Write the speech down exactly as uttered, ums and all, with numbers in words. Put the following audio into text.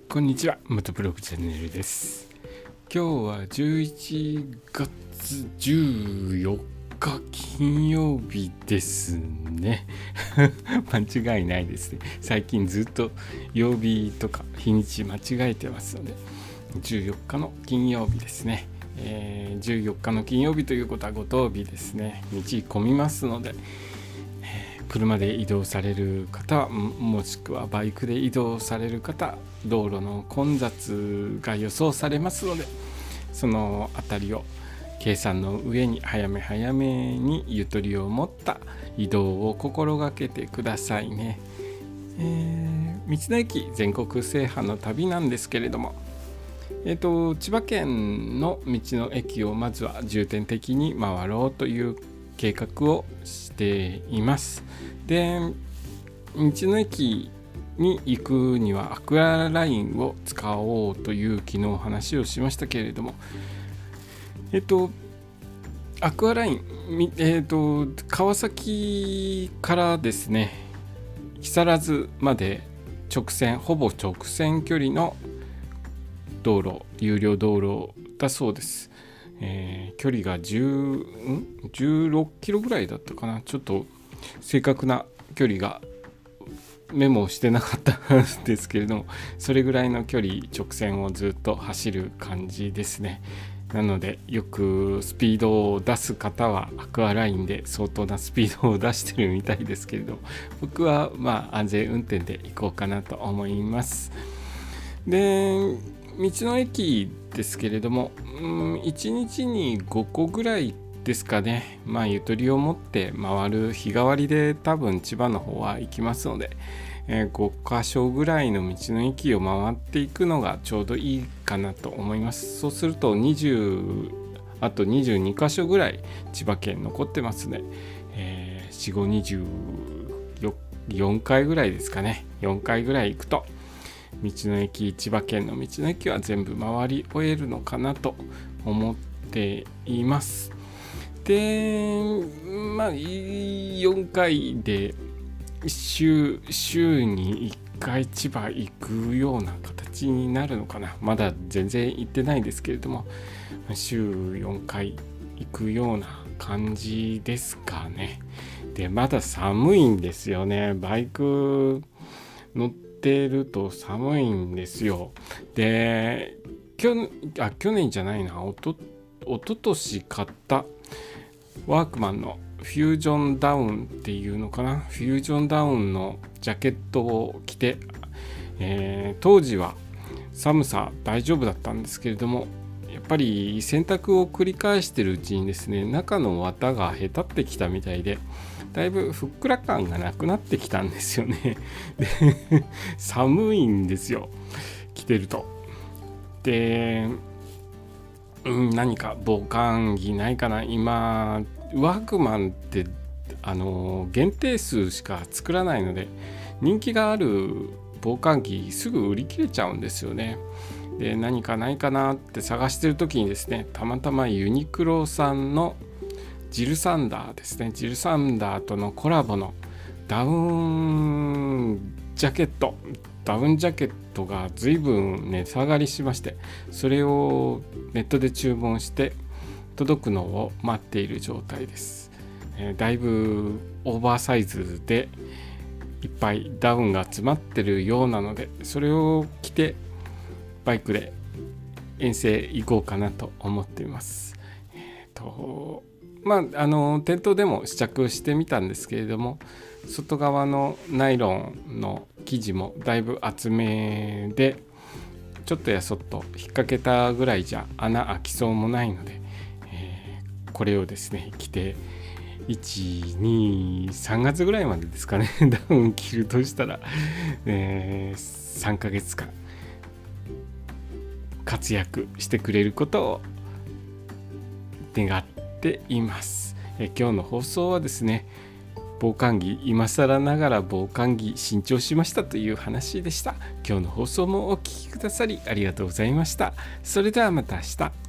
こんにちは、元ブログチャンネルです。今日はじゅういちがつじゅうよっか金曜日ですね間違いないですね。最近ずっと曜日とか日にち間違えてますので、じゅうよっかの金曜日ですね。えー、じゅうよっかの金曜日ということはごとうびですね。道混みますので、車で移動される方、もしくはバイクで移動される方、道路の混雑が予想されますので、そのあたりを計算の上に早め早めにゆとりを持った移動を心がけてくださいね。えー、道の駅全国制覇の旅なんですけれども、えーと、千葉県の道の駅をまずは重点的に回ろうという計画をしています。で、道の駅に行くにはアクアラインを使おうという昨日話をしましたけれども、えっとアクアライン、えっと川崎からですね、木更津まで直線、ほぼ直線距離の道路、有料道路だそうです。えー、距離がじゅう、じゅうろっキロぐらいだったかな。ちょっと正確な距離がメモしてなかったんですけれども、それぐらいの距離直線をずっと走る感じですね。なのでよくスピードを出す方はアクアラインで相当なスピードを出してるみたいですけれど、僕はまあ安全運転で行こうかなと思います。で、道の駅ですけれども、うん、いちにちにごこぐらいですかね。まあゆとりを持って回る日替わりで多分千葉の方は行きますので、えー、ごかしょぐらいの道の駅を回っていくのがちょうどいいかなと思います。そうするとにじゅうあとにじゅうにかしょぐらい千葉県残ってますね。えー、よん、ご、にじゅうよんかいぐらいですかね。よんかいぐらい行くと道の駅、千葉県の道の駅は全部回り終えるのかなと思っています。で、まあよんかいで週週にいっかい千葉行くような形になるのかな。まだ全然行ってないですけれども、週よんかい行くような感じですかね。で、まだ寒いんですよね。バイク乗ってると寒いんですよ。で、去あ去年じゃないな、おとおととし買ったワークマンのフュージョンダウンっていうのかな、フュージョンダウンのジャケットを着て、えー、当時は寒さ大丈夫だったんですけれども、やっぱり洗濯を繰り返してるうちにですね、中の綿がへたってきたみたいで、だいぶふっくら感がなくなってきたんですよね。で、寒いんですよ、着てると。で、うん、何か防寒着ないかな。今ワークマンってあの限定数しか作らないので、人気がある防寒着すぐ売り切れちゃうんですよね。で、何かないかなって探してる時にですね、たまたまユニクロさんのジルサンダーですね、ジルサンダーとのコラボのダウンジャケットダウンジャケットが随分値下がりしまして、それをネットで注文して届くのを待っている状態です。えー、だいぶオーバーサイズでいっぱいダウンが詰まってるようなので、それを着てバイクで遠征行こうかなと思っています。えーとまあ、あの店頭でも試着してみたんですけれども、外側のナイロンの生地もだいぶ厚めで、ちょっとやそっと引っ掛けたぐらいじゃ穴開きそうもないので、えー、これをですね着ていち、に、さんがつぐらいまでですかねダウン着るとしたら、えー、さんかげつかん活躍してくれることを願っています。え今日の放送はですね、防寒着、今更ながら防寒着新調しましたという話でした。今日の放送もお聞きくださりありがとうございました。それではまた明日。